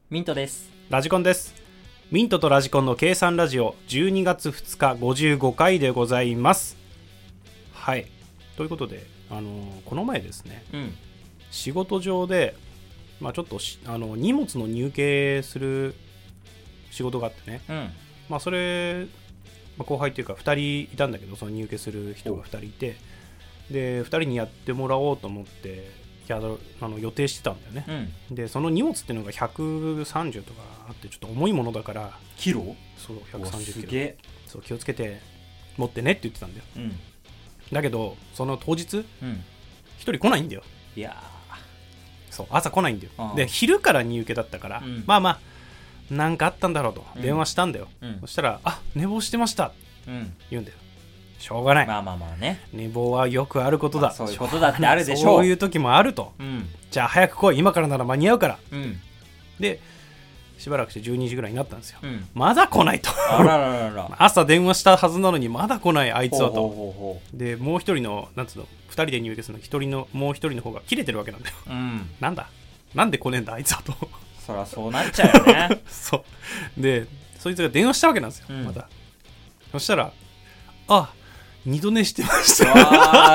ミントです。 ラジコンです。ミントとラジコンの計算ラジオ12月2日55回でございます。はい、ということで、この前ですね、仕事上で、ちょっと荷物の入荷する仕事があってね、それ、後輩っていうか2人いたんだけど、その入荷する人が2人いて、で2人にやってもらおうと思って予定してたんだよね、でその荷物っていうのが130とかあって、ちょっと重いものだからキロ？ そう130キロ、 すげえ。 そう気をつけて持ってねって言ってたんだよ、だけどその当日、一人来ないんだよ。 いやそう朝来ないんだよ。で昼から入荷だったから、なんかあったんだろうと電話したんだよ、そしたら寝坊してましたって言うんだよ。しょうがない。 ね。 寝坊はよくあることだ。 そういうことだってあるでしょう。 そういう時もあると、じゃあ早く来い、今からなら間に合うから、でしばらくして12時ぐらいになったんですよ、まだ来ないと朝電話したはずなのにまだ来ないあいつはと。でもう一人の2人で入荷するのもう一人の方が切れてるわけなんだよ、なんで来ねえんだあいつはとそりゃそうなっちゃうよねそうでそいつが電話したわけなんですよ、また。そしたら二度寝してました。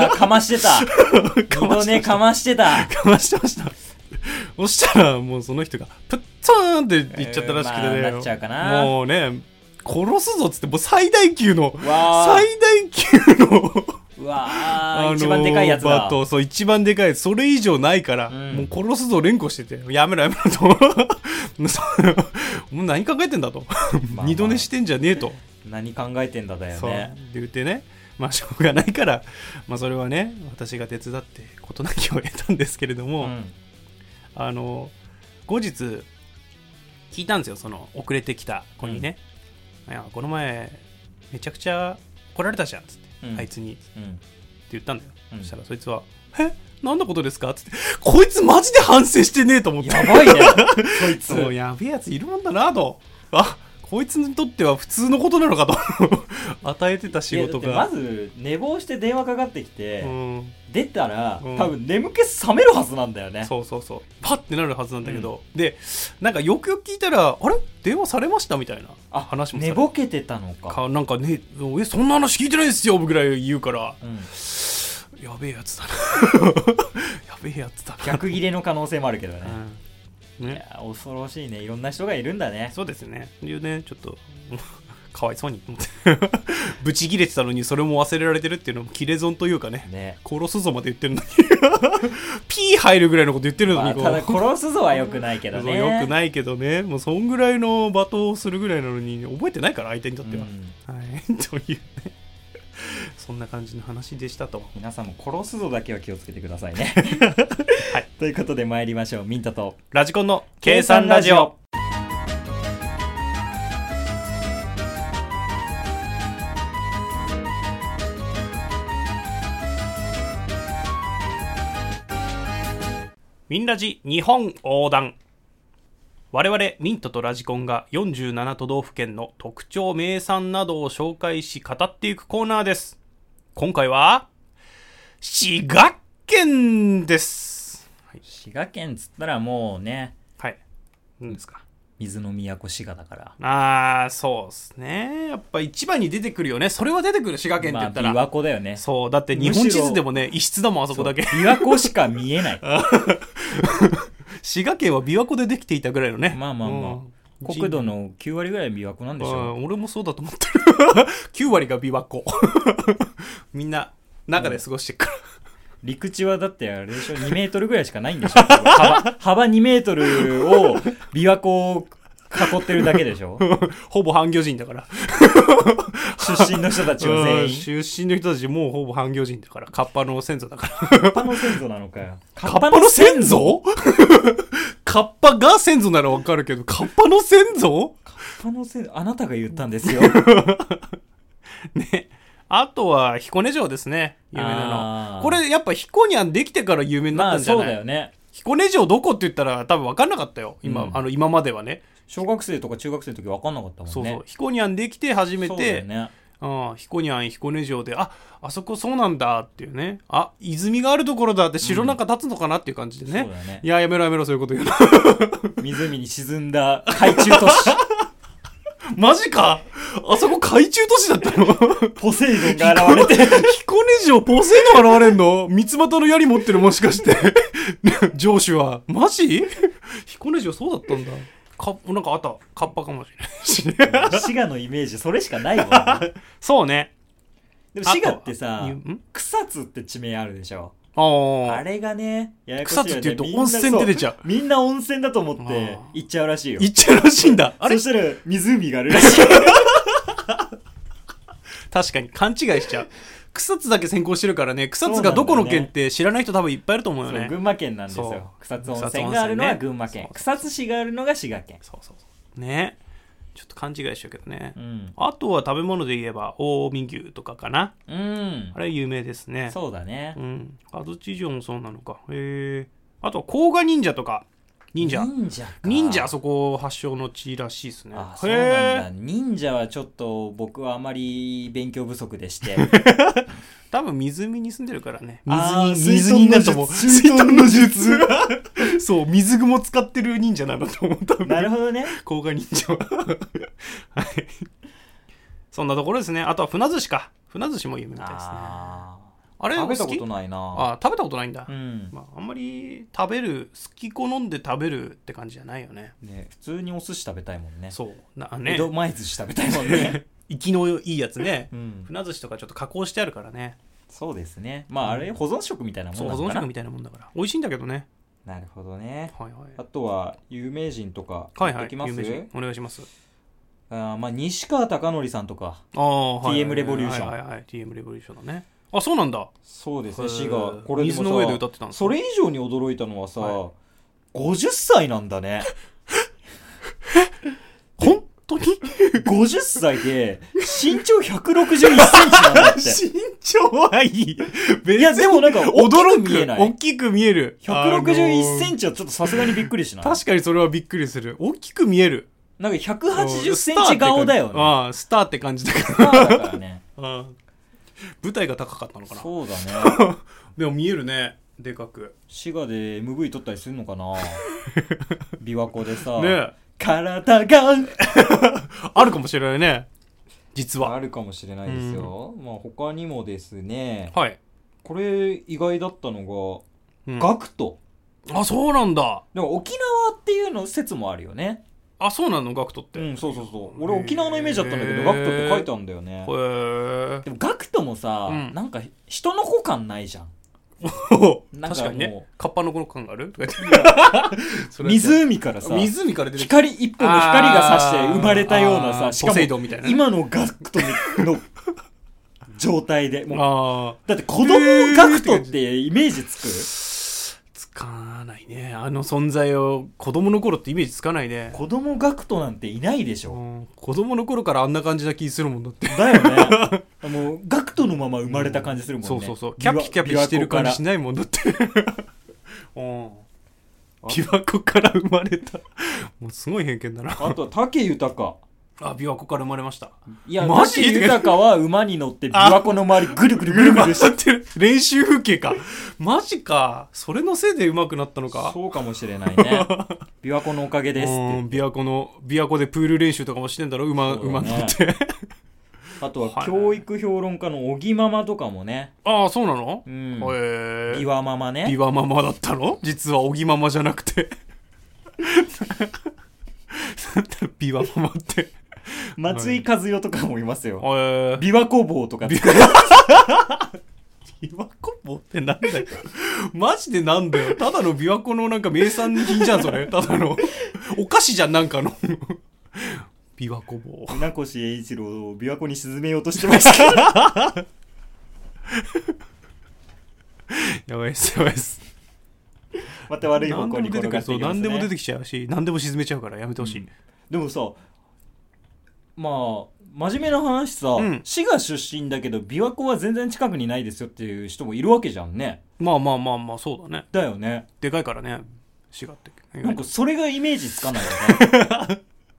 かましてた二度寝かましてた。 かましてました。そしたらもうその人がプッツーンって言っちゃったらしくてね、 なっちゃうかな。 もうね殺すぞっつって、もう最大級の一番でかいやつだ。 そう一番でかいやつ、それ以上ないから、もう殺すぞ連呼してて、やめろともう何考えてんだと二度寝してんじゃねえと、 何考えてんだだよね。 そうで言ってね、しょうがないから、それはね私が手伝って事なきを得たんですけれども、後日聞いたんですよ、その遅れてきた子にね、いやこの前めちゃくちゃ来られたじゃんっつって、あいつに、って言ったんだよ、そしたらそいつは何のことですかっつって、こいつマジで反省してねえと思って、 やばいねそいつやべえやついるもんだなと、こいつにとっては普通のことなのかと与えてた仕事が。 まず寝坊して電話かかってきて、出たら、多分眠気覚めるはずなんだよね。 そうパッてなるはずなんだけど、でなんかよくよく聞いたら、あれ電話されましたみたいな話もされて、 寝ぼけてたのかなんかね、そんな話聞いてないですよぐらい言うから、やべえやつだなやべえやつだな。 逆ギレの可能性もあるけどね、 いや恐ろしいね。いろんな人がいるんだね。 そうですね。でね、ちょっとかわいそうに思ってブチギレてたのにそれも忘れられてるっていうのも切れ損というか ね、殺すぞまで言ってるのにピー入るぐらいのこと言ってるのに、 ただ殺すぞはよくないけどねよくないけどね、もうそんぐらいの罵倒をするぐらいなのに覚えてないから、相手にとっては、というねそんな感じの話でしたと。 皆さんも殺すぞだけは気をつけてくださいねということで参りましょう。ミントとラジコンの計算ラジオ。ミンラジ日本横断。我々ミントとラジコンが47都道府県の特徴名産などを紹介し語っていくコーナーです。今回は滋賀県です、 滋賀県つったらもうね、 何ですか、 水の都滋賀だから。 そうですね、やっぱ一番に出てくるよね。それは出てくる、滋賀県って言ったら、 琵琶湖だよね。 そうだって日本地図でもね異質だもん、あそこだけ琵琶湖しか見えない滋賀県は琵琶湖でできていたぐらいのね。 国土の9割ぐらい琵琶湖なんでしょ。 俺もそうだと思ってる9割が琵琶湖みんな中で過ごしてるから、 陸地はだってあれでしょ、2メートルぐらいしかないんでしょ幅2メートルを琵琶湖を囲ってるだけでしょほぼ半魚人だから出身の人たちは全員出身の人たちもうほぼ半魚人だから、カッパの先祖だからカッパの先祖なのかよ。 カッパの先祖カッパが先祖ならわかるけど、カッパの先祖あなたが言ったんですよね。あとは彦根城ですね、有名なの。これやっぱ彦根はできてから有名になったんじゃない？ そうだよね。 彦根城どこって言ったら多分分かんなかったよ、今まではね。 小学生とか中学生の時分かんなかったもんね。 そう彦根できて初めて、 彦にゃん彦根城であそこそうなんだっていうね、あ泉があるところだって城なんか立つのかなっていう感じでね、 そうだね。 いややめろそういうこと言うの湖に沈んだ海中都市マジか、あそこ海中都市だったのポセイドンが現れて彦根城ポセイドン現れんの、三つ股の槍持ってる、もしかして城主はマジ彦根城そうだったんだ。なんかあったカッパかもしれないし滋賀のイメージそれしかないわ、ね、 そうね。 でも滋賀ってさ草津って地名あるでしょ。あれがねややこしいよね。 草津って言うと温泉って出ちゃう。 みんな温泉だと思って行っちゃうらしいよ。 行っちゃうらしいんだ。あれそしたら湖があるらしい確かに勘違いしちゃう。草津だけ先行してるからね、草津がどこの県って知らない人多分いっぱいいると思うよね。 群馬県なんですよ。草津温泉があるのは群馬県、草津市があるのが滋賀県。 そうね、ちょっと勘違いしちゃうけどね、あとは食べ物で言えば近江牛とかかな。あれ有名ですね。 そうだね。 安土城もそうなのか。あとは甲賀忍者とか。忍者あそこ発祥の地らしいですね。 そうなんだ。忍者はちょっと僕はあまり勉強不足でして多分湖に住んでるからね。 水になると思う。 水遁の術そう水雲使ってる忍者なんだと思った。 なるほどね。 甲賀忍者ははいそんなところですね。あとは船寿司か。船寿司も有名みたいですね。あれ食べたことないな。 食べたことないんだ。 あんまり好き好んで食べるって感じじゃないよね。 普通にお寿司食べたいもんね。 そう江戸前寿司食べたいもんね生きのいいやつね、船寿司とかちょっと加工してあるからね。 そうですね。あれ保存食みたいなもんだから。 保存食みたいなもんだから美味しいんだけどね。 なるほどね。あとは有名人とかできます？ 有名人お願いします。 西川貴教さんとか TM レボリューション。 TM レボリューションだね。あ、そうなんだ。 そうですね。滋賀これでもさ、 水の上で歌ってたんですか。 それ以上に驚いたのはさ、50歳なんだね本当に 50歳で身長161センチなんだって身長はいい。 いやでもなんか驚く見えない。 大きく見える。 161センチはちょっとさすがにびっくりしない？ 確かにそれはびっくりする。大きく見える。 なんか180センチ顔だよね。 スターって感じだから。 スターだからね舞台が高かったのかな。 そうだねでも見えるね、でかく。 滋賀で MV 撮ったりするのかな琵琶湖でさ、 ね、 体があるかもしれないね、実は。 あるかもしれないですよ。他にもですね、これ意外だったのが、ガクト。 あ、そうなんだ。 でも沖縄っていうの説もあるよね。 あ、そうなの、ガクトって。 そう俺沖縄のイメージだったんだけど、ガクトって書いてあるんだよね。でもガクトもさ、なんか人の子感ないじゃん。 確かにね。カッパの子感がある湖からさ、光一本の光が差して生まれたようなさ、しかも今のガクトの状態でもうだって子供ガクトってイメージつかないね。あの存在を子供の頃ってイメージつかないね。 子供ガクトなんていないでしょ。 子供の頃からあんな感じな気するもんだって。 だよねもうガクトのまま生まれた感じするもんね。 そうキャピキャピしてる感じしないもんだって琵琶湖から生まれたもうすごい偏見だな。 あとは武豊。 琵琶湖から生まれました。 いや、マジで豊は馬に乗って琵琶湖の周りぐるぐるぐるぐるしてる練習風景か。マジか。それのせいで上手くなったのか。 そうかもしれないね琵琶湖のおかげですって。 琵琶湖でプール練習とかもしてんだろ、馬乗ってあとは教育評論家の小木ママとかもね。 ああ、そうなの？ ビワママね。 ビワママだったの？実は小木ママじゃなくてビワママって松井和代とかもいますよ。琵琶湖棒とか作る琵琶湖棒ってなんだよマジでなんだよ。ただの琵琶湖のなんか名産品じゃんそれ。ただのお菓子じゃん、なんかの琵琶湖棒。 船越英一郎を琵琶湖に沈めようとしてましたやばいっすまた悪い方向に転がっていきますね。 何でも出てきちゃうし、何でも沈めちゃうからやめてほしい、 でもさ、真面目な話さ、滋賀出身だけど琵琶湖は全然近くにないですよっていう人もいるわけじゃんね。 まあそうだね。 だよね。 でかいからね、滋賀って。 なんかそれがイメージつかないよね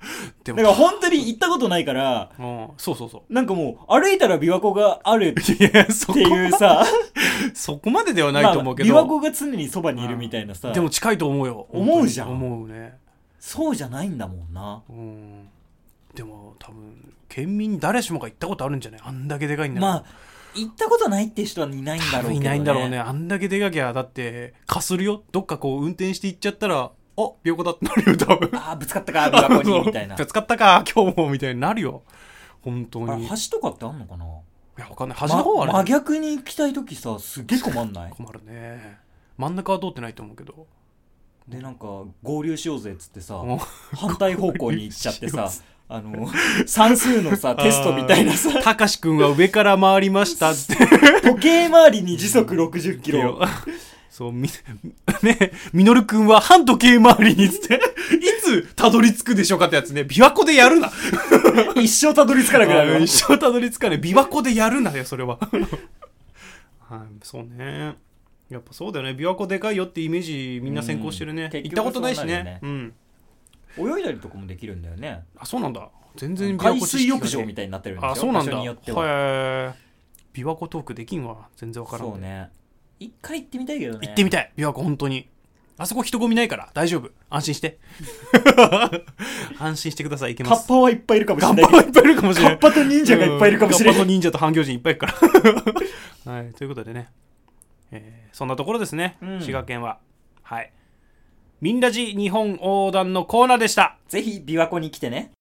だから本当に行ったことないから、 そうなんかもう歩いたら琵琶湖があるっていうさそこまでではないと思うけど、 琵琶湖が常にそばにいるみたいなさ、 でも近いと思うよ。 思うじゃん。 思うね。 そうじゃないんだもんな。 でも多分県民誰しもが行ったことあるんじゃない？あんだけでかいんだから。まあ行ったことないって人はいないんだろうけどね。 いないんだろうね。あんだけでかきゃだってかするよ。どっかこう運転して行っちゃったら、琵琶湖だってなるよ多分。 ぶつかったか琵琶湖にみたいな。 ぶつかったか今日もみたいになるよ。本当に。 橋とかってあんのかな？いやわかんない。橋の方はね。 真逆に行きたい時さすげえ困んない？ 困るね。真ん中は通ってないと思うけど。 でなんか合流しようぜっつってさ反対方向に行っちゃってさ算数のさテストみたいなさ、 たかしくんは上から回りましたって時計回りに時速60キロそうね、みのるくんは反時計回りにつっていつたどり着くでしょうかってやつね。琵琶湖でやるな一生たどり着かなくなる。 一生たどり着かない。琵琶湖でやるなよそれははい、そうね。やっぱそうだよね。琵琶湖でかいよってイメージみんな先行してるね。行ったことないしね。 泳いだりとかもできるんだよね。 そうなんだ。全然海水浴場みたいになってるんですよ。 そうなんだ。 場所によっては。 琵琶湖トークできんわ。全然わからん。 そうね。一回行ってみたいけどね。 行ってみたい。琵琶湖本当に。あそこ人混みないから大丈夫。安心して安心してください。行けます。 カッパはいっぱいいるかもしれない。 カッパはいっぱいいるかもしれない。 カッパと忍者がいっぱいいるかもしれない。 カッパと忍者と半魚人いっぱいいるからはい、ということでね、そんなところですね、滋賀県は。はい、ミンラジ日本横断のコーナーでした。 ぜひ琵琶湖に来てね。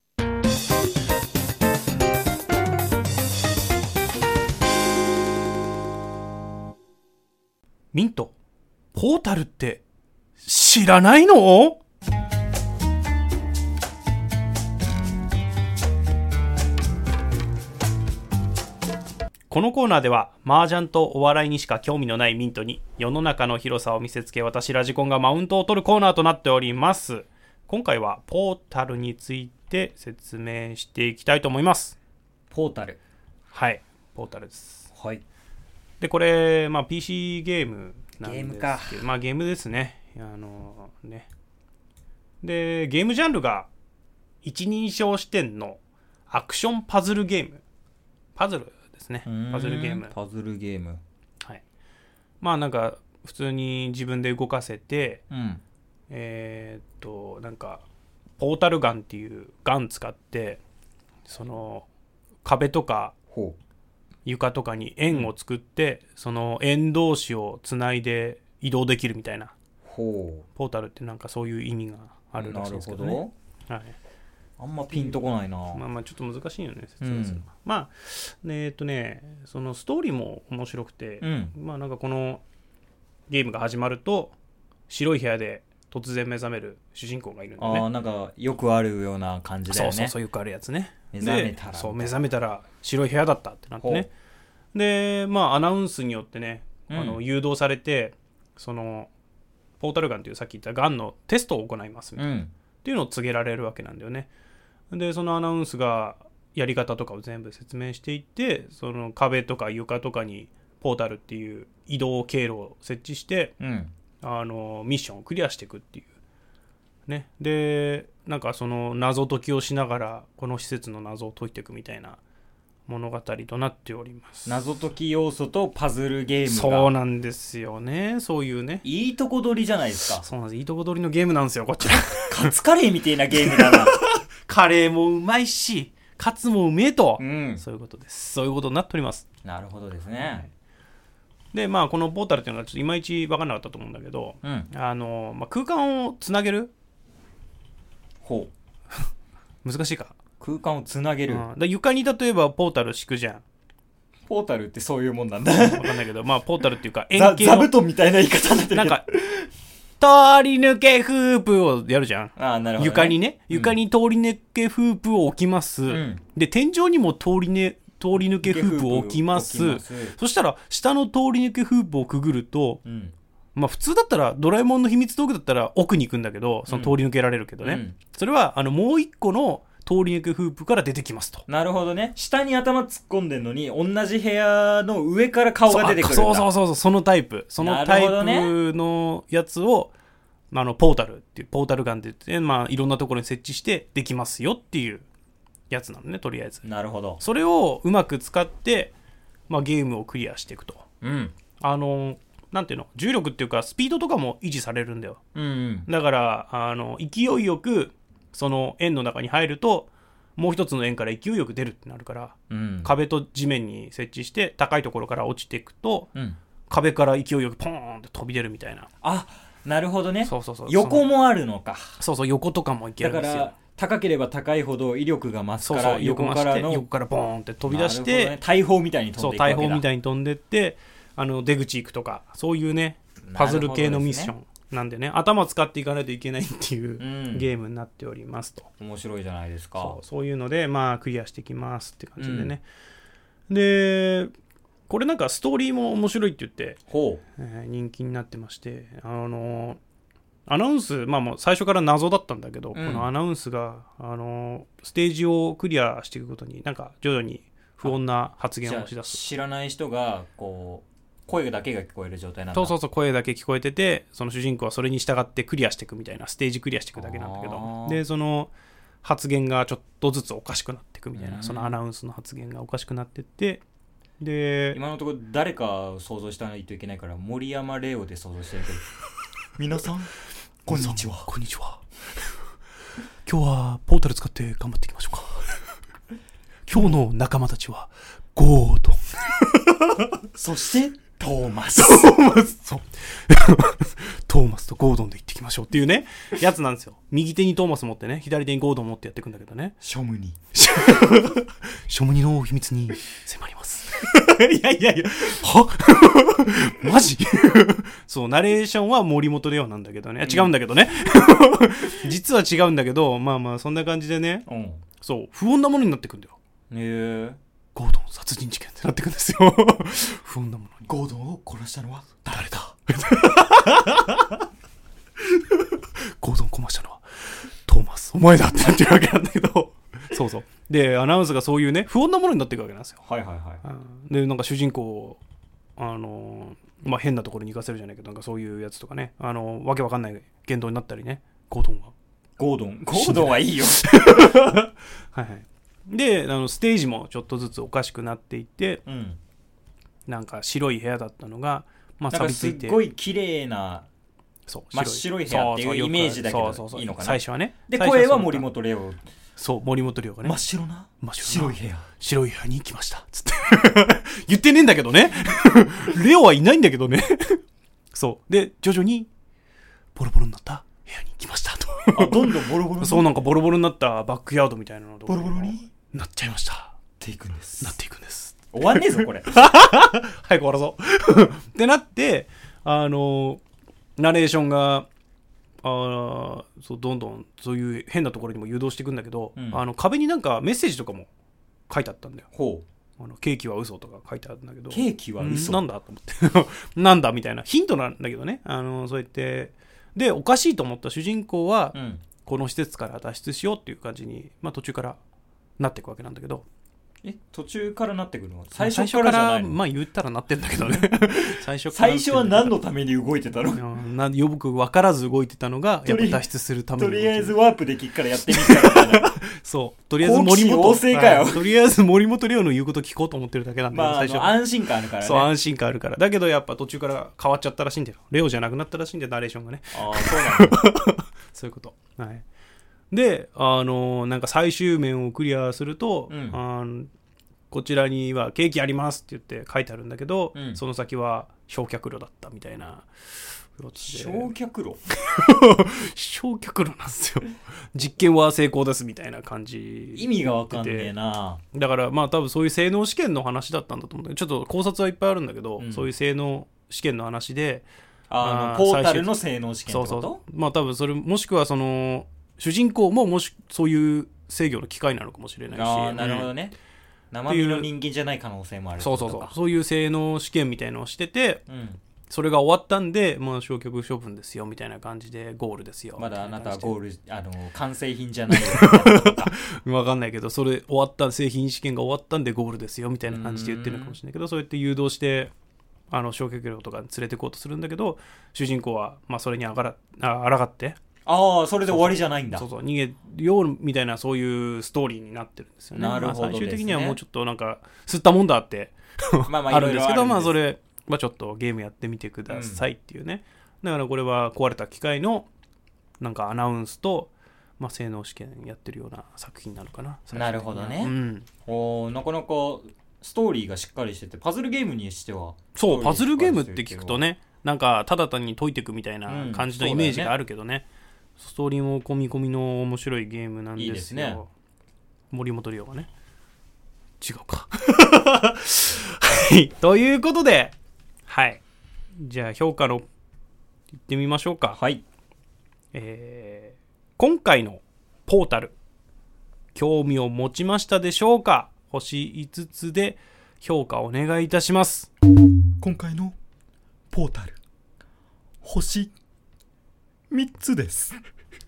ミント、ポータルって知らないの？このコーナーでは麻雀とお笑いにしか興味のないミントに世の中の広さを見せつけ、私ラジコンがマウントを取るコーナーとなっております。今回はポータルについて説明していきたいと思います。 ポータル。 はい、ポータルです。 はい。 でこれ、PC ゲームなんですけど、 ゲームか。 ゲームですね。でゲームジャンルが一人称視点のアクションパズルゲーム。パズルですね。パズルゲーム。 パズルゲーム。 はい。なんか普通に自分で動かせて、なんかポータルガンっていうガン使ってその壁とか床とかに円を作って、その円同士をつないで移動できるみたいな。ポータルってなんかそういう意味があるらしいですけどね。なるほど。はい。 あんまピンとこないな。 ちょっと難しいよね、説明するの。そのストーリーも面白くて、なんかこのゲームが始まると白い部屋で突然目覚める主人公がいるんだね。 なんかよくあるような感じだよね。 そうよくあるやつね。 目覚めたら白い部屋だったってなってね。でアナウンスによってね、誘導されて、そのポータルガンというさっき言ったガンのテストを行いますみたいな、っていうのを告げられるわけなんだよね。でそのアナウンスがやり方とかを全部説明していって、その壁とか床とかにポータルっていう移動経路を設置して、ミッションをクリアしていくっていうね。でなんかその謎解きをしながらこの施設の謎を解いていくみたいな物語となっております。 謎解き要素とパズルゲームが。 そうなんですよね。そういうね、 いいとこ取りじゃないですか。 そうなんです。いいとこ取りのゲームなんですよこちらカツカレーみたいなゲームだなカレーもうまいしカツもうめえと、そういうことです。そういうことになっております。 なるほどですね。 でこのポータルっていうのはちょっといまいち分からなかったと思うんだけど、空間をつなげる難しいか。 空間をつなげる、 床に例えばポータル敷くじゃん。 ポータルってそういうもんなんだ分かんないけどポータルっていうか円形の座布団みたいな言い方になってるけど、 なんか通り抜けフープをやるじゃん。なるほど、ね、床にね、床に通り抜けフープを置きます、で天井にも通り抜けフープを置きます。そしたら下の通り抜けフープをくぐると、普通だったらドラえもんの秘密道具だったら奥に行くんだけど、その通り抜けられるけどね、それはもう一個の通り抜けフープから出てきますと。 なるほどね。下に頭突っ込んでんのに同じ部屋の上から顔が出てくるんだ。 そうそのタイプのやつをポータルっていうポータルガンで言って、いろんなところに設置してできますよっていうやつなのね、とりあえず。 なるほど。 それをうまく使って、ゲームをクリアしていくと。 うん。 なんていうの、重力っていうかスピードとかも維持されるんだよ。 うんうん、 だから勢いよくその円の中に入ると、もう一つの円から勢いよく出るってなるから、 うん、 壁と地面に設置して高いところから落ちていくと、 うん、 壁から勢いよくポーンって飛び出るみたいな。 あ、なるほどね。 そうそうそう、 横もあるのか。 そうそう、横とかもいけるんですよ。 だから高ければ高いほど威力が増すから、横からボーンって飛び出して、 ね、大砲みたいに飛んでいくわけだ。 そう、大砲みたいに飛んでって出口行くとか、そういうねパズル系のミッションなんでね、頭使っていかないといけないっていうゲームになっておりますと。 面白いじゃないですか。 そういうのでクリアしていきますって感じでね、でこれなんかストーリーも面白いって言って、人気になってまして、アナウンス、もう最初から謎だったんだけど、このアナウンスがステージをクリアしていくことになんか徐々に不穏な発言をしだす。 知らない人がこう声だけが聞こえる状態なんだ。 そう、声だけ聞こえてて、その主人公はそれに従ってクリアしていくみたいな、ステージクリアしていくだけなんだけど、でその発言がちょっとずつおかしくなっていくみたいな、そのアナウンスの発言がおかしくなっていって、で今のところ誰かを想像したないといけないから、森山レオで想像してるけど皆さんこんにちは。 こんにちは。今日はポータル使って頑張っていきましょうか。今日の仲間たちはゴードンそしてトーマスそうトーマスとゴードンで行ってきましょうっていうねやつなんですよ。右手にトーマス持ってね、左手にゴードン持ってやっていくんだけどね。 ショムニの秘密に迫りますいやはマジそう、ナレーションは森本レオなんだけどね、違うんだけどね実は違うんだけど、そんな感じでね、そう不穏なものになってくんだよ。ゴードン殺人事件ってなってくんですよ不穏なものに。 ゴードンを殺したのは誰だゴードンを殺したのはトーマスお前だってなってるわけなんだけどそうでアナウンスがそういうね不穏なものになっていくわけなんですよ。でなんか主人公を変なところに行かせるじゃないけど、なんかそういうやつとかね、わけわかんない言動になったりね。ゴードンはいいよはいでステージもちょっとずつおかしくなっていって、なんか白い部屋だったのが、錆びついてすっごい綺麗な真っ白い部屋っていうイメージだけどいいのかな。 最初はね。 で声は森本レオ。 そう、森本レオがね、 真っ白い部屋に来ましたつって言ってねえんだけどねレオはいないんだけどねそうで徐々にボロボロになった部屋に来ましたとどんどんボロボロにそう、なんかボロボロになったバックヤードみたいなのボロボロになっちゃいました。 なっていくんです。 終わんねえぞこれ早く終わらそうってなって、ナレーションがそうどんどんそういう変なところにも誘導していくんだけど、壁になんかメッセージとかも書いてあったんだよ。ケーキは嘘とか書いてあるんだけど、 ケーキは嘘なんだと思ってなんだみたいなヒントなんだけどね、そうやってでおかしいと思った主人公は、この施設から脱出しようっていう感じに、途中からなっていくわけなんだけど。 途中からなってくるの？最初からじゃないの？ 言ったらなってんだけどね最初は何のために動いてたの？ よく分からず動いてたのがやっぱ脱出するために。 とりあえずワープできっからやってみたらそう、とりあえず森本とりあえず森本レオの言うこと聞こうと思ってるだけなんだけど、最初安心感あるからね。 そう、安心感あるから。だけどやっぱ途中から変わっちゃったらしいんだよ。レオじゃなくなったらしいんだよ、ナレーションがね。 そうなんだそういうこと。でなんか最終面をクリアすると、こちらにはケーキありますって言って書いてあるんだけど、その先は焼却炉だったみたいな。 焼却炉焼却炉なんですよ。実験は成功ですみたいな感じ。 意味が分かんねえな。 だから多分そういう性能試験の話だったんだと思うんだけど、ちょっと考察はいっぱいあるんだけど、そういう性能試験の話で、 ポータルの性能試験ってこと？ 多分それもしくはその主人公ももしそういう制御の機械なのかもしれないし。 なるほどね。生身の人間じゃない可能性もある。 そういう性能試験みたいのをしてて、それが終わったんで、消極処分ですよみたいな感じでゴールですよ。 まだあなたはゴール完成品じゃないよ分かんないけど、それ終わった製品試験が終わったんでゴールですよみたいな感じで言ってるのかもしれないけど、そうやって誘導して焼却炉とか連れて行こうとするんだけど、主人公は、まあ、それに抗って、 それで終わりじゃないんだ。 そう逃げようみたいな、そういうストーリーになってるんですよね。 なるほどですね。 最終的にはもうちょっとなんか吸ったもんだってあるんですけど、それ、ちょっとゲームやってみてくださいっていうね。だからこれは壊れた機械のなんかアナウンスと、性能試験やってるような作品なのかな。 なるほどね。なかなかストーリーがしっかりしてて、パズルゲームにしては。 そう、パズルゲームって聞くとね、なんかただ単に解いていくみたいな感じのイメージがあるけどね、ストーリーも込み込みの面白いゲームなんですよ。いいですね。森本リオがね。違うか。はい。ということで、はい。じゃあ評価のいってみましょうか。 はい。 今回のポータル、興味を持ちましたでしょうか？星5つで評価お願いいたします。 今回のポータル、星3つです。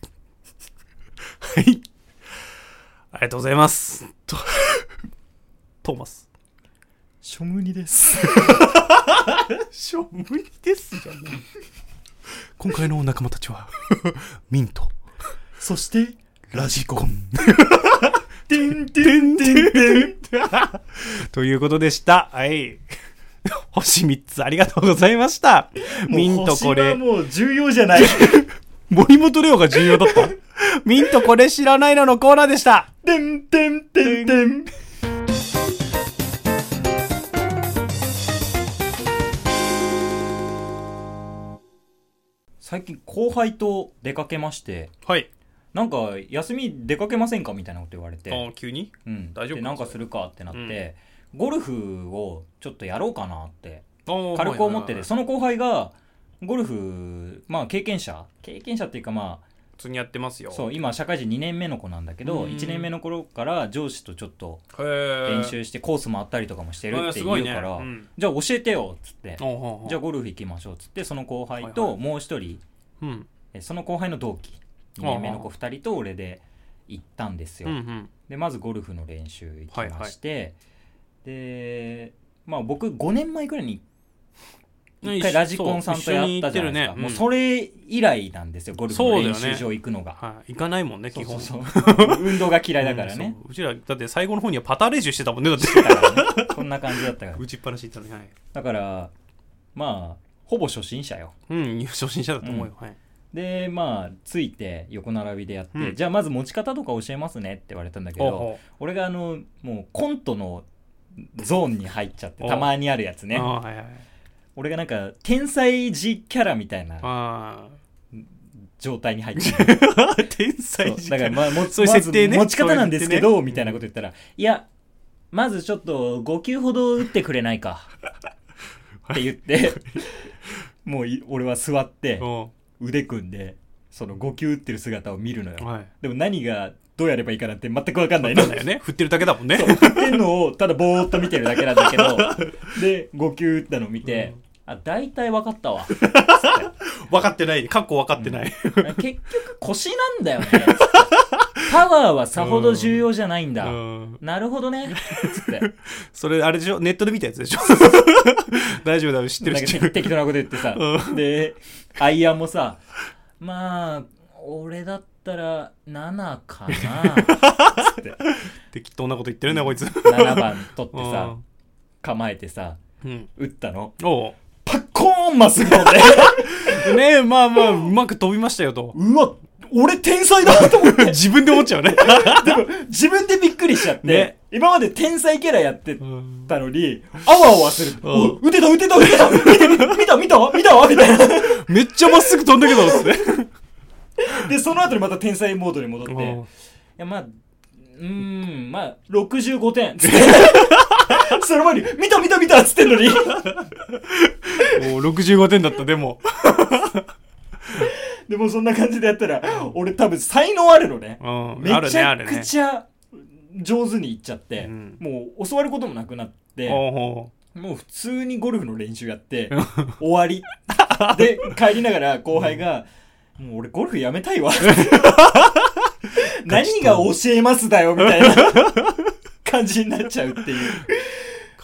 はい。ありがとうございます。トーマス。 ショムニです。 ショムニですじゃねえ。今回の仲間たちはミント、 そしてラジコン。 てんてんてんてんということでした。はい。星3つありがとうございました。ミントこれ。 星はもう重要じゃない。 森本レオが重要だった。ミントこれ知らないのコーナーでした。 てんてんてんてん。最近後輩と出かけまして、 はい。 なんか休み出かけませんかみたいなこと言われて、 急に？ 大丈夫でなんかするかってなって、ゴルフをちょっとやろうかなって軽く思ってて、その後輩がゴルフ経験者っていうか普通にやってますよ。 そう今社会人2年目の子なんだけど、1年目の頃から上司とちょっと練習してコース回ったりとかもしてるって言うから、じゃあ教えてよっつって、じゃあゴルフ行きましょうっつって、その後輩ともう一人、その後輩の同期2年目の子2人と俺で行ったんですよ。でまずゴルフの練習行きまして、で僕5年前くらいに一回ラジコンさんとやったじゃないですか。もうそれ以来なんですよ、ゴルフの練習場行くのが。 行かないもんね、基本。 運動が嫌いだからね。 うちらだって最後の方にはパター練習してたもんね。だってこんな感じだったから。 打ちっぱなし行ったのに。 だからほぼ初心者よ。 初心者だと思うよ。 でついて横並びでやって、じゃあまず持ち方とか教えますねって言われたんだけど、俺がもうコントのゾーンに入っちゃって、たまにあるやつね。俺がなんか天才児キャラみたいな状態に入っちゃう。 天才児キャラ。 だからそういう設定ね。持ち方なんですけどみたいなこと言ったら、いやまずちょっと5球ほど打ってくれないかって言ってもう俺は座って腕組んでその5球打ってる姿を見るのよ。でも何がどうやればいいかなんて全く分かんないの。 分かんないよね。振ってるだけだもんね。 振ってるのをただぼーっと見てるだけなんだけどで5球打ったのを見て、大体分かったわ。 分かってない。かっこ分かってない。 結局腰なんだよね。パワーはさほど重要じゃないんだ。なるほどね。つって。 それあれでしょ、ネットで見たやつでしょ。大丈夫だ、知ってる人。適当なこと言ってさ。で、アイアンもさ、俺だったら7かな。つって。 適当なこと言ってるね、こいつ。 7番取ってさ、構えてさ、打ったの。パッコーンまっすぐ飛んで。 ねえ、うまく飛びましたよと。 うわ、俺天才だと思って。 自分で思っちゃうね。 でも、自分でびっくりしちゃって、今まで天才キャラやってたのに、あわあわする。打てたみたいな。 めっちゃまっすぐ飛んだけど、つって。 で、その後にまた天才モードに戻って、いや、65点。その前に、見たっつってんのに。 もう65点だった、でも。 でもそんな感じでやったら、俺多分才能あるのね。めちゃくちゃ上手にいっちゃって、もう教わることもなくなって、もう普通にゴルフの練習やって、終わり。で、帰りながら後輩が、もう俺ゴルフやめたいわ。何が教えますだよみたいな感じになっちゃうっていう。 かわいそ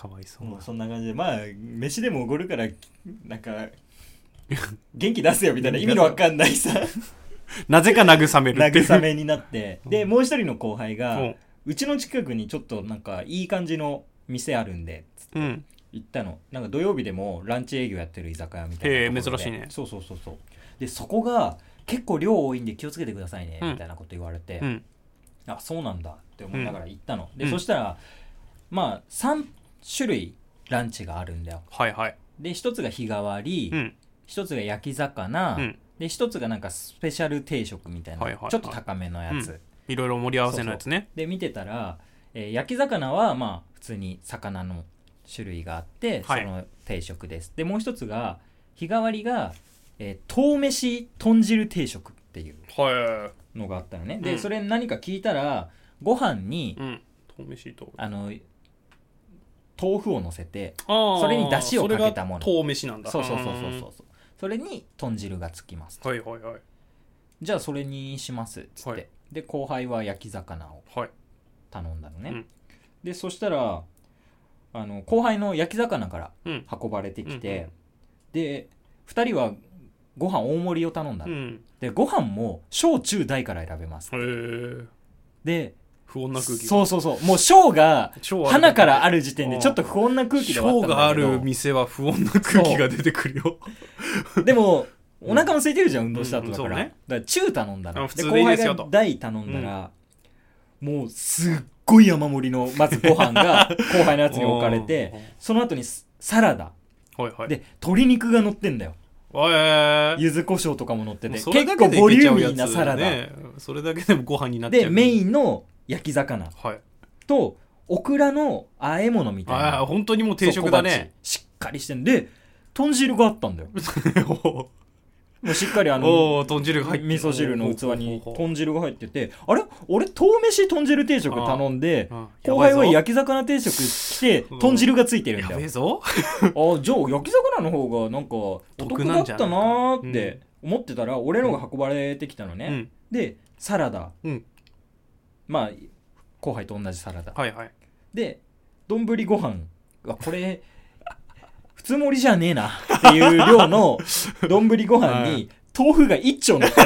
もうそんな感じでまあ飯でもおごるからなんか元気出せよみたいな意味のわかんないさなぜか慰めるって慰めになってでもう一人の後輩がうちの近くにちょっとなんかいい感じの店あるんでつって行ったの、なんか土曜日でもランチ営業やってる居酒屋みたいなところで珍しいね。 そうでそこが結構量多いんで気をつけてくださいねみたいなこと言われて、あそうなんだって思いながら行ったの、でそしたらまあ3種類ランチがあるんだよ。 はいはい。 で一つが日替わり、一つが焼き魚、で一つがなんかスペシャル定食みたいな、ちょっと高めのやつ、 いろいろ盛り合わせのやつね。 で見てたら、焼き魚はまあ普通に魚の種類があって、その定食です。でもう一つが日替わりが、豆飯豚汁定食っていうのがあったのね、でそれ何か聞いたらご飯に、 豆飯と豆腐を乗せてそれに出汁をかけたもの、 豆飯なんだ。 そうそれに豚汁がつきます。じゃあそれにしますっつって、で後輩は焼き魚を頼んだのね、でそしたら後輩の焼き魚から運ばれてきて、で2人はご飯大盛りを頼んだの、でご飯も小中大から選べます。で不穏な空気。 そうもう小が花からある時点でちょっと不穏な空気ではあったんだけど、 小がある店は不穏な空気が出てくるよでもお腹も空いてるじゃん、運動した後だから、だから中頼んだの。で後輩が大頼んだら、もうすっごい山盛りのまずご飯が後輩のやつに置かれてその後にサラダ、で鶏肉が乗ってんだよ。柚子胡椒とかも乗ってて結構ボリューミーなサラダ、 それだけでもご飯になっちゃう。 でメインの焼き魚、とオクラの和え物みたいな、 本当にもう定食だね。 しっかりしてんで豚汁があったんだよもうしっかり豚汁が入って味噌汁の器に豚汁が入ってて、あれ俺豆飯豚汁定食頼んで後輩は焼き魚定食来て豚汁がついてるんだよ。 やべえぞじゃあ焼き魚の方がなんかお得だったなーって思ってたら、俺のが運ばれてきたのね、でサラダ、まあ後輩と同じサラダ、で丼ご飯がこれ普通盛りじゃねえなっていう量の丼ご飯に豆腐が1丁乗ってんの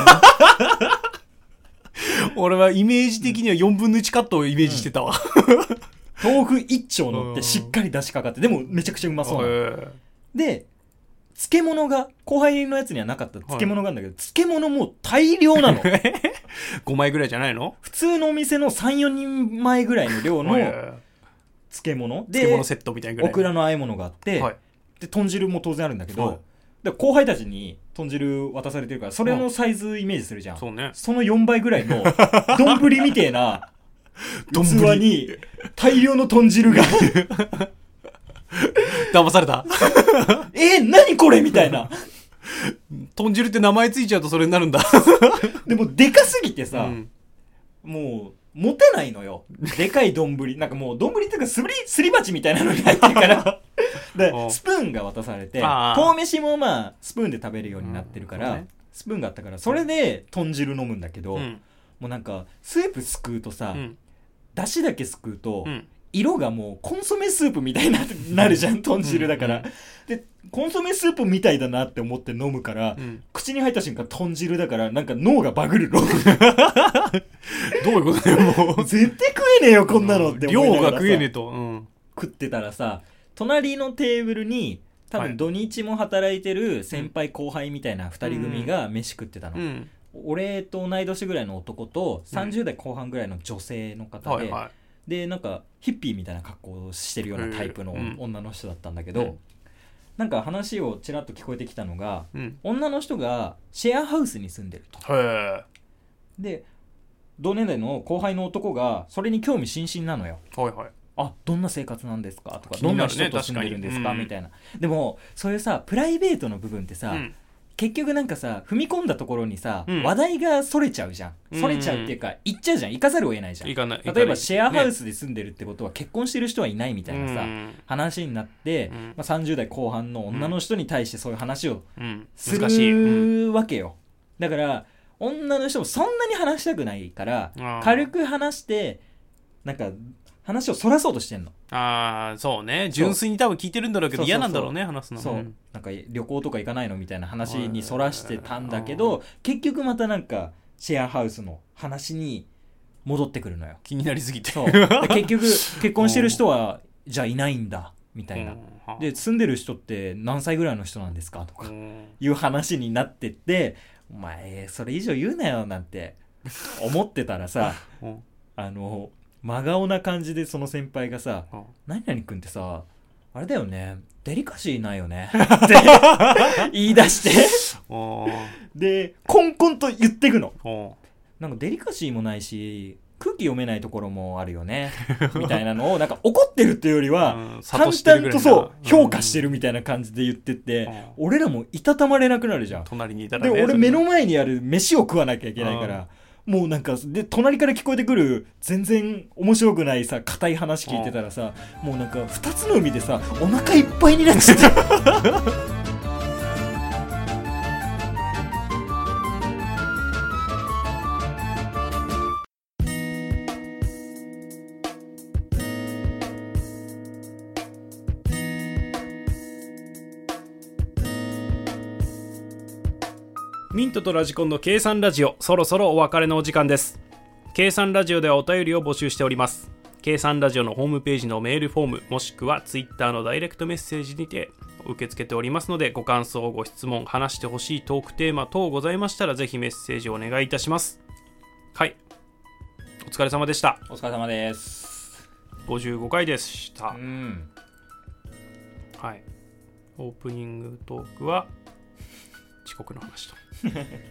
俺はイメージ的には4分の1カットをイメージしてたわ、 豆腐1丁乗ってしっかり出汁かかって、でもめちゃくちゃうまそうなで漬物が後輩のやつにはなかった漬物があるんだけど、漬物も大量なの 5枚ぐらいじゃないの？ 普通のお店の 3,4 人前ぐらいの量の漬物で漬物セットみたいなぐらいオクラの和え物があって、で豚汁も当然あるんだけど、で後輩たちに豚汁渡されてるからそれのサイズイメージするじゃん、その4倍ぐらいの丼みてえな器に大量の豚汁が騙された何これみたいな豚汁って名前ついちゃうとそれになるんだでもでかすぎてさ、もう持てないのよ。でかい丼なんかもう丼っていうかすり鉢みたいなのに入ってるからでスプーンが渡されて豆飯もまあスプーンで食べるようになってるから、スプーンがあったからそれで豚汁飲むんだけど、もうなんかスープすくうとさ、だしだけすくうと、色がもうコンソメスープみたいになるじゃん豚汁だから、でコンソメスープみたいだなって思って飲むから、口に入った瞬間豚汁だからなんか脳がバグるのどういうことだよもう絶対食えねえよこんなのって思いながらさ、 量が食えねえと、 食ってたらさ、隣のテーブルに多分土日も働いてる先輩後輩みたいな2人組が飯食ってたの、俺と同い年ぐらいの男と30代後半ぐらいの女性の方で、でなんかヒッピーみたいな格好をしてるようなタイプの女の人だったんだけど、なんか話をちらっと聞こえてきたのが、女の人がシェアハウスに住んでると。で同年代の後輩の男がそれに興味津々なのよ。どんな生活なんですかとか、どんな人と住んでるんですかみたいな。でもそういうさプライベートの部分ってさ、結局なんかさ踏み込んだところにさ、話題がそれちゃうじゃん。それちゃうっていうか行っちゃうじゃん。行かざるを得ないじゃん。例えばシェアハウスで住んでるってことは結婚してる人はいないみたいなさ、話になって、30代後半の女の人に対してそういう話をするわけよ。だから女の人もそんなに話したくないから、軽く話してなんか話をそらそうとしてんの。 ああ、そうね。純粋に多分聞いてるんだろうけど嫌なんだろうね、話すの。 そう、なんか旅行とか行かないのみたいな話にそらしてたんだけど、結局またなんかシェアハウスの話に戻ってくるのよ。 気になりすぎて。 そう。結局結婚してる人はじゃあいないんだみたいな。で住んでる人って何歳ぐらいの人なんですかとかいう話になってって、お前それ以上言うなよなんて思ってたらさ真顔な感じでその先輩がさ、何々くんってさあれだよね、デリカシーないよねって言い出してでコンコンと言ってくの。なんかデリカシーもないし空気読めないところもあるよねみたいなのをなんか怒ってるっていうよりは淡々とそう評価してるみたいな感じで言ってって俺らもいたたまれなくなるじゃん。 隣にいたらで俺目の前にある飯を食わなきゃいけないからもうなんかで隣から聞こえてくる全然面白くないさ硬い話聞いてたらさもうなんか2つの海でさお腹いっぱいになっちゃってミントとラジコンの計算ラジオ、そろそろお別れのお時間です。計算ラジオではお便りを募集しております。計算ラジオのホームページのメールフォームもしくはツイッターのダイレクトメッセージにて受け付けておりますので、ご感想、ご質問、話してほしいトークテーマ等ございましたらぜひメッセージをお願いいたします。はい、お疲れ様でした。 お疲れ様です。 55回でした。はい、オープニングトークは遅刻の話とはい、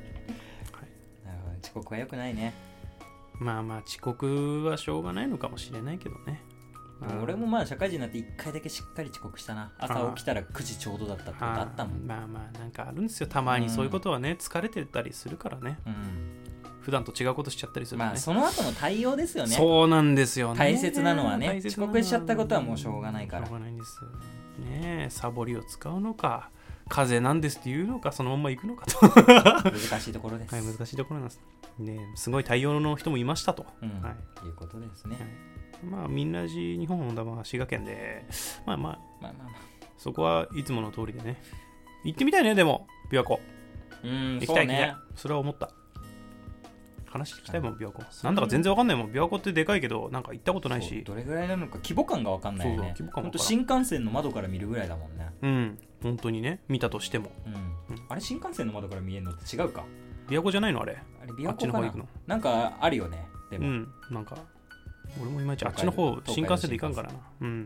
遅刻は良くないね。 まあまあ遅刻はしょうがないのかもしれないけどね。 俺もまあ社会人になって1回だけしっかり遅刻したな。朝起きたら9時ちょうどだったってことあったもん。 まあまあなんかあるんですよ、たまにそういうことはね。疲れてたりするからね、普段と違うことしちゃったりするね。 まあその後の対応ですよね。 そうなんですよね。 大切なのはね、遅刻しちゃったことはもうしょうがないから。 しょうがないんですね。サボりを使うのか風邪なんですって言うのかそのまま行くのかと難しいところです。 はい、難しいところなんですね。すごい対応の人もいましたと、 いうことですね。 まあみんな日本は滋賀県でまあそこはいつもの通りでね。行ってみたいね。でも琵琶湖行きたいね。それは思った。話聞きたいもん琵琶湖。なんだか全然わかんないもん。琵琶湖ってでかいけどなんか行ったことないし、 どれぐらいなのか規模感がわかんないよね。ほんと新幹線の窓から見るぐらいだもんね。本当にね、見たとしても、あれ新幹線の窓から見えるのって違うか。 琵琶湖じゃないのあれ。 琵琶湖かな。なんかあるよね。でもなんか俺もいまいちあっちの方新幹線で行かんからな。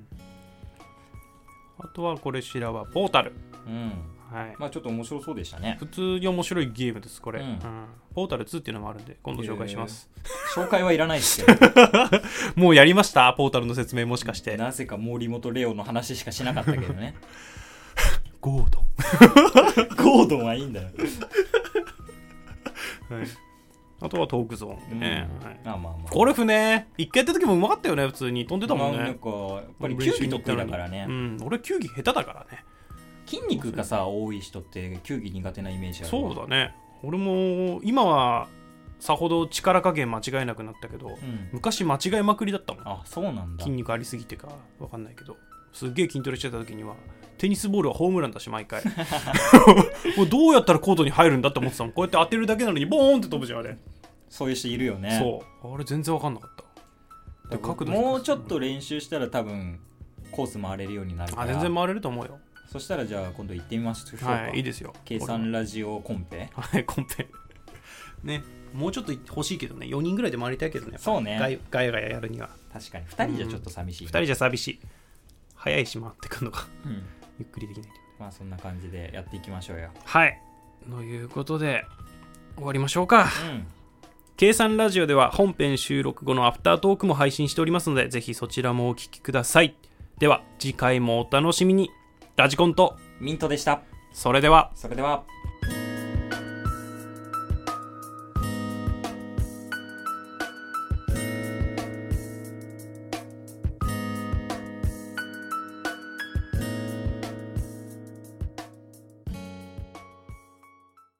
あとはこれしらはポータル。はい、 まあちょっと面白そうでしたね。 普通に面白いゲームですこれ。ポータル2っていうのもあるんで今度紹介します。 紹介はいらないですけどもうやりましたポータルの説明。もしかしてなぜか森本レオの話しかしなかったけどねゴードンゴードンはいいんだよはい、あとはトークゾーンね、 ゴルフね、一回やった時もうまかったよね。普通に飛んでたもんね。 なんかやっぱり球技得意だからね。 俺球技下手だからね。 筋肉がさ多い人って球技苦手なイメージある。 そうだね。俺も今はさほど力加減間違えなくなったけど、昔間違えまくりだったもん。 あ、そうなんだ。 筋肉ありすぎてか分かんないけど、すっげえ筋トレしてた時にはテニスボールはホームランだし毎回もうどうやったらコートに入るんだって思ってたもん。こうやって当てるだけなのにボーンって飛ぶじゃんあれ。 そういう人いるよね。 そうあれ全然分かんなかった。で角度もうちょっと練習したら多分コース回れるようになるから。 全然回れると思うよ。 そしたらじゃあ今度行ってみましょうか。 はい、いいですよ。 計算ラジオコンペ。 はい、コンペね。もうちょっと欲しいけどね。4人ぐらいで回りたいけどね。 そうね。 ガヤガヤやるには。 確かに2人じゃちょっと寂しい、 2人じゃ寂しい。早いし回ってくるのが、ゆっくりできない。 まあそんな感じでやっていきましょうよ。 はい。ということで終わりましょうか。計算ラジオでは本編収録後のアフタートークも配信しておりますので、ぜひそちらもお聞きください。では次回もお楽しみに。ラジコンとミントでした。 それでは。